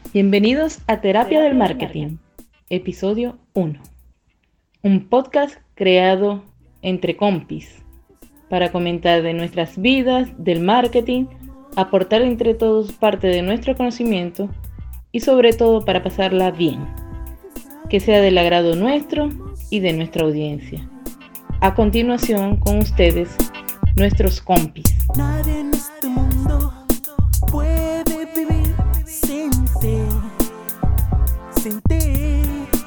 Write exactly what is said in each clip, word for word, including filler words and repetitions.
Bienvenidos a Terapia del Marketing, episodio uno. Un podcast creado entre compis para comentar de nuestras vidas, del marketing, aportar entre todos parte de nuestro conocimiento y sobre todo para pasarla bien, que sea del agrado nuestro y de nuestra audiencia. A continuación con ustedes, nuestros compis. Nadie en este mundo puede vivir sin ti, sin ti.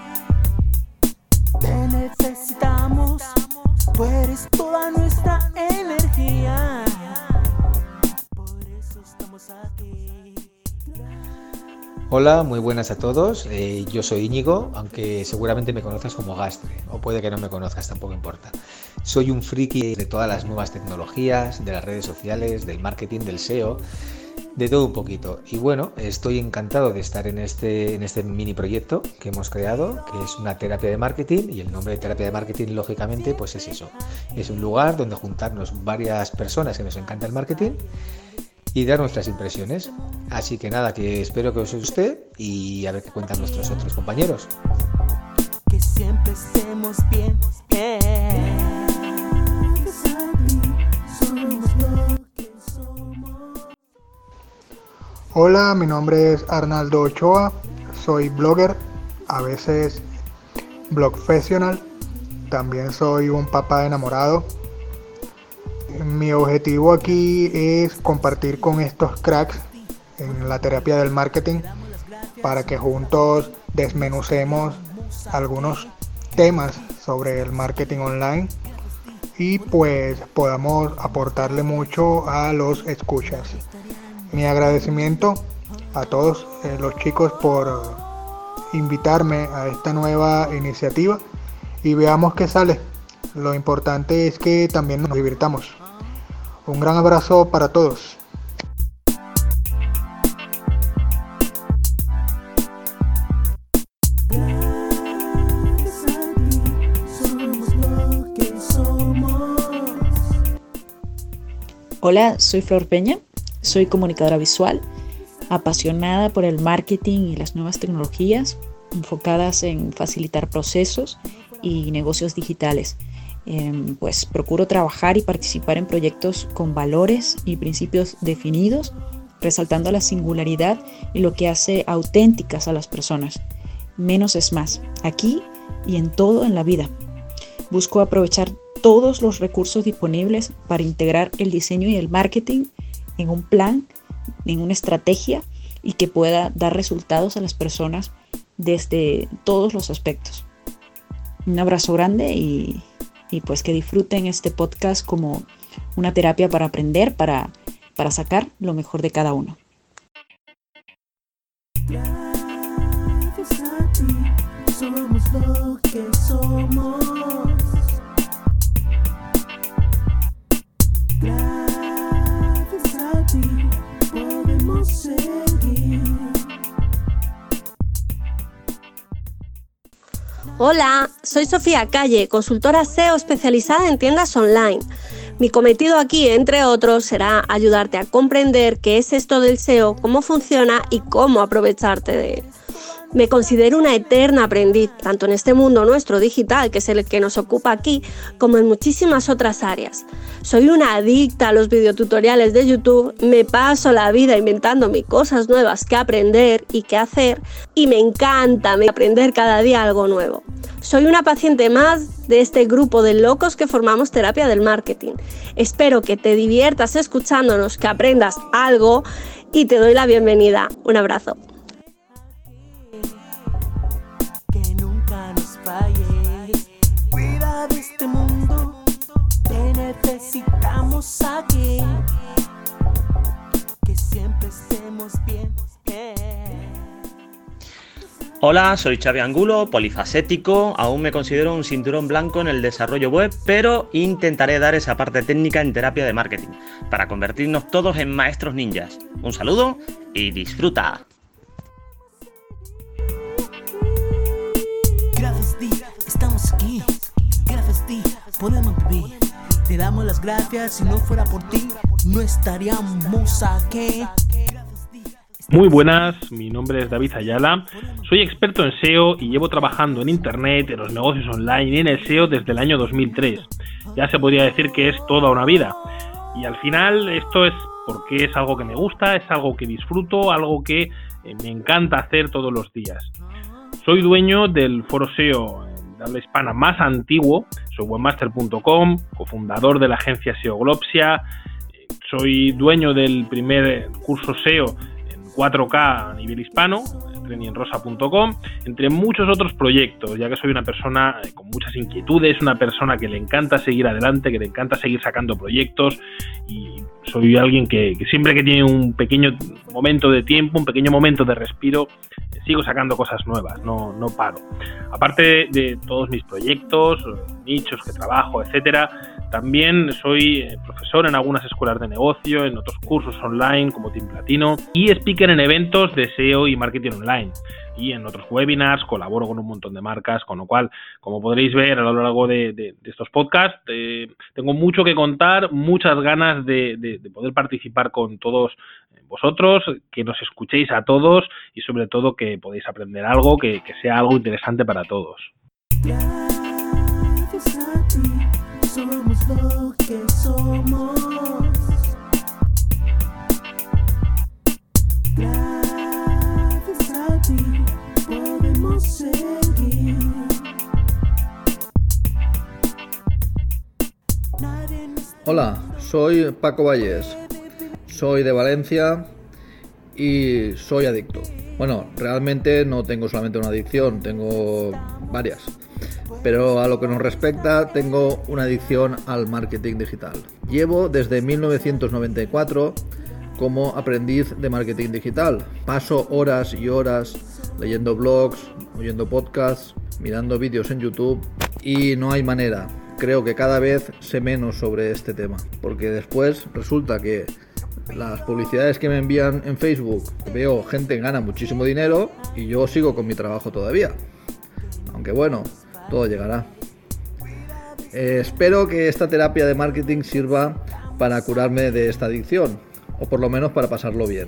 Te necesitamos, tú eres toda nuestra energía. Por eso estamos aquí. Hola, muy buenas a todos. Eh, yo soy Íñigo, aunque seguramente me conozcas como Gastre, o puede que no me conozcas, tampoco importa. Soy un friki de todas las nuevas tecnologías, de las redes sociales, del marketing, del S E O, de todo un poquito. Y bueno, estoy encantado de estar en este, en este mini proyecto que hemos creado, que es una terapia de marketing, y el nombre de terapia de marketing, lógicamente, pues es eso. Es un lugar donde juntarnos varias personas que nos encanta el marketing y dar nuestras impresiones. Así que nada, que espero que os guste y a ver qué cuentan nuestros otros compañeros. Que siempre estemos bien. Eh. Hola, mi nombre es Arnaldo Ochoa, soy blogger, a veces blogfessional, también soy un papá enamorado. Mi objetivo aquí es compartir con estos cracks en la terapia del marketing para que juntos desmenucemos algunos temas sobre el marketing online y pues podamos aportarle mucho a los escuchas. Mi agradecimiento a todos eh, los chicos por uh, invitarme a esta nueva iniciativa y veamos qué sale. Lo importante es que también nos divirtamos. Un gran abrazo para todos. Hola, soy Flor Peña, soy comunicadora visual, apasionada por el marketing y las nuevas tecnologías, enfocadas en facilitar procesos y negocios digitales. Eh, pues procuro trabajar y participar en proyectos con valores y principios definidos, resaltando la singularidad y lo que hace auténticas a las personas. Menos es más, aquí y en todo en la vida. Busco aprovechar todos los recursos disponibles para integrar el diseño y el marketing en un plan, en una estrategia y que pueda dar resultados a las personas desde todos los aspectos. Un abrazo grande y, y pues que disfruten este podcast como una terapia para aprender, para, para sacar lo mejor de cada uno. Gracias a ti, somos lo que somos. Gracias a ti, podemos seguir. Hola, soy Sofía Calle, consultora S E O especializada en tiendas online. Mi cometido aquí, entre otros, será ayudarte a comprender qué es esto del S E O, cómo funciona y cómo aprovecharte de él. Me considero una eterna aprendiz, tanto en este mundo nuestro digital, que es el que nos ocupa aquí, como en muchísimas otras áreas. Soy una adicta a los videotutoriales de YouTube, me paso la vida inventándome cosas nuevas que aprender y que hacer, y me encanta aprender cada día algo nuevo. Soy una paciente más de este grupo de locos que formamos Terapia del Marketing. Espero que te diviertas escuchándonos, que aprendas algo y te doy la bienvenida. Un abrazo. Que nunca nos falles. Cuida de este mundo, te necesitamos aquí. Que siempre estemos bien. Eh. Hola, soy Xavi Angulo, polifacético, aún me considero un cinturón blanco en el desarrollo web, pero intentaré dar esa parte técnica en terapia de marketing, para convertirnos todos en maestros ninjas. Un saludo y disfruta. Gracias a ti, estamos aquí. Gracias a ti, podemos vivir. Te damos las gracias, si no fuera por ti, no estaríamos aquí. Muy buenas, mi nombre es David Ayala, soy experto en S E O y llevo trabajando en Internet, en los negocios online y en el S E O desde el año dos mil tres. Ya se podría decir que es toda una vida. Y al final esto es porque es algo que me gusta, es algo que disfruto, algo que eh, me encanta hacer todos los días. Soy dueño del foro S E O de habla hispana más antiguo, soy webmaster punto com, cofundador de la agencia S E O Glopsia, soy dueño del primer curso S E O cuatro K a nivel hispano, training rosa punto com, entre muchos otros proyectos, ya que soy una persona con muchas inquietudes, una persona que le encanta seguir adelante, que le encanta seguir sacando proyectos, y soy alguien que, que siempre que tiene un pequeño momento de tiempo, un pequeño momento de respiro, sigo sacando cosas nuevas, no, no paro. Aparte de todos mis proyectos, nichos que trabajo, etcétera, también soy profesor en algunas escuelas de negocio, en otros cursos online como Team Platino y speaker en eventos de S E O y marketing online. Y en otros webinars colaboro con un montón de marcas, con lo cual, como podréis ver a lo largo de, de, de estos podcasts, eh, tengo mucho que contar, muchas ganas de, de, de poder participar con todos vosotros, que nos escuchéis a todos y sobre todo que podáis aprender algo, que, que sea algo interesante para todos. Gracias a ti, somos lo que somos. Gracias a ti podemos seguir. Hola, soy Paco Vallés, soy de Valencia y soy adicto. Bueno, realmente no tengo solamente una adicción, tengo varias. Pero a lo que nos respecta, tengo una adicción al marketing digital. Llevo desde mil novecientos noventa y cuatro como aprendiz de marketing digital. Paso horas y horas leyendo blogs, oyendo podcasts, mirando vídeos en YouTube y no hay manera. Creo que cada vez sé menos sobre este tema, porque después resulta que las publicidades que me envían en Facebook, veo gente que gana muchísimo dinero y yo sigo con mi trabajo todavía. Aunque bueno, todo llegará. Eh, espero que esta terapia de marketing sirva para curarme de esta adicción, o por lo menos para pasarlo bien.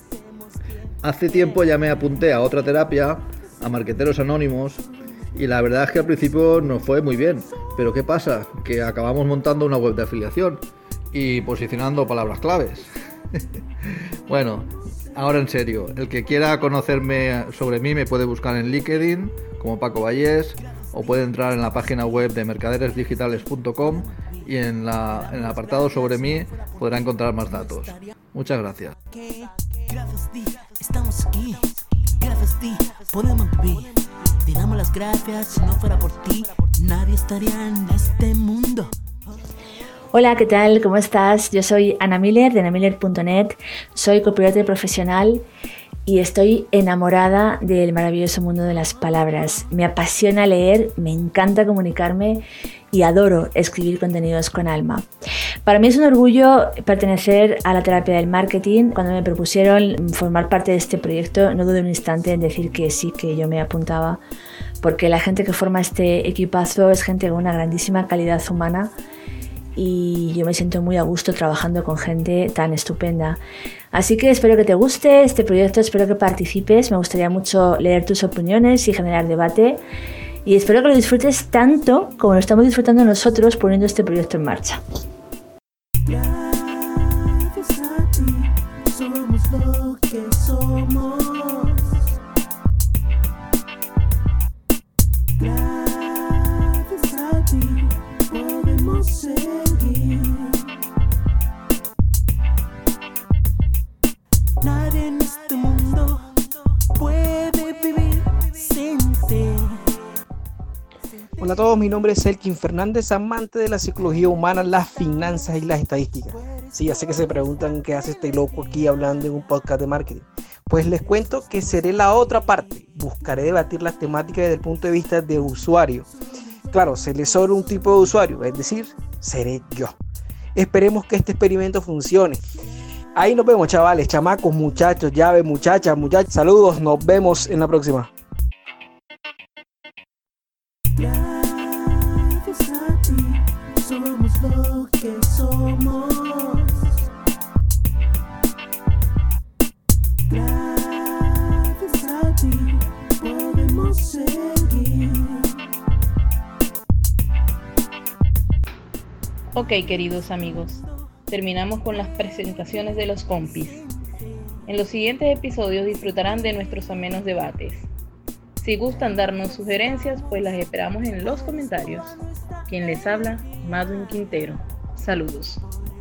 Hace tiempo ya me apunté a otra terapia, a Marqueteros Anónimos, y la verdad es que al principio no fue muy bien. Pero ¿qué pasa? Que acabamos montando una web de afiliación y posicionando palabras claves. Bueno, ahora en serio, el que quiera conocerme sobre mí me puede buscar en LinkedIn como Paco Vallés, o puede entrar en la página web de mercaderes digitales punto com y en, la, en el apartado sobre mí podrá encontrar más datos. Muchas gracias. Gracias a ti, estamos aquí. Gracias a ti, podemos vivir. Te damos las gracias, si no fuera por ti, nadie estaría en este mundo. Hola, ¿qué tal? ¿Cómo estás? Yo soy Ana Miller de ana miller punto net, soy copywriter profesional y estoy enamorada del maravilloso mundo de las palabras. Me apasiona leer, me encanta comunicarme y adoro escribir contenidos con alma. Para mí es un orgullo pertenecer a la terapia del marketing. Cuando me propusieron formar parte de este proyecto, no dudé un instante en decir que sí, que yo me apuntaba, porque la gente que forma este equipazo es gente con una grandísima calidad humana y yo me siento muy a gusto trabajando con gente tan estupenda. Así que espero que te guste este proyecto, espero que participes, me gustaría mucho leer tus opiniones y generar debate y espero que lo disfrutes tanto como lo estamos disfrutando nosotros poniendo este proyecto en marcha. Gracias a ti, somos lo que somos. Gracias a ti podemos seguir. Nadie en este mundo puede vivir sin ti. Hola a todos, mi nombre es Elkin Fernández, amante de la psicología humana, las finanzas y las estadísticas. Sí, ya sé que se preguntan qué hace este loco aquí hablando en un podcast de marketing. Pues les cuento que seré la otra parte. Buscaré debatir las temáticas desde el punto de vista del usuario. Claro, seré sobre un tipo de usuario, es decir, seré yo. Esperemos que este experimento funcione. Ahí nos vemos, chavales, chamacos, muchachos, llaves, muchachas, muchachos. Saludos, nos vemos en la próxima. Gracias a ti, somos lo que somos. Gracias. Ok, queridos amigos, terminamos con las presentaciones de los compis. En los siguientes episodios disfrutarán de nuestros amenos debates. Si gustan darnos sugerencias, pues las esperamos en los comentarios. Quien les habla, Madwin Quintero. Saludos.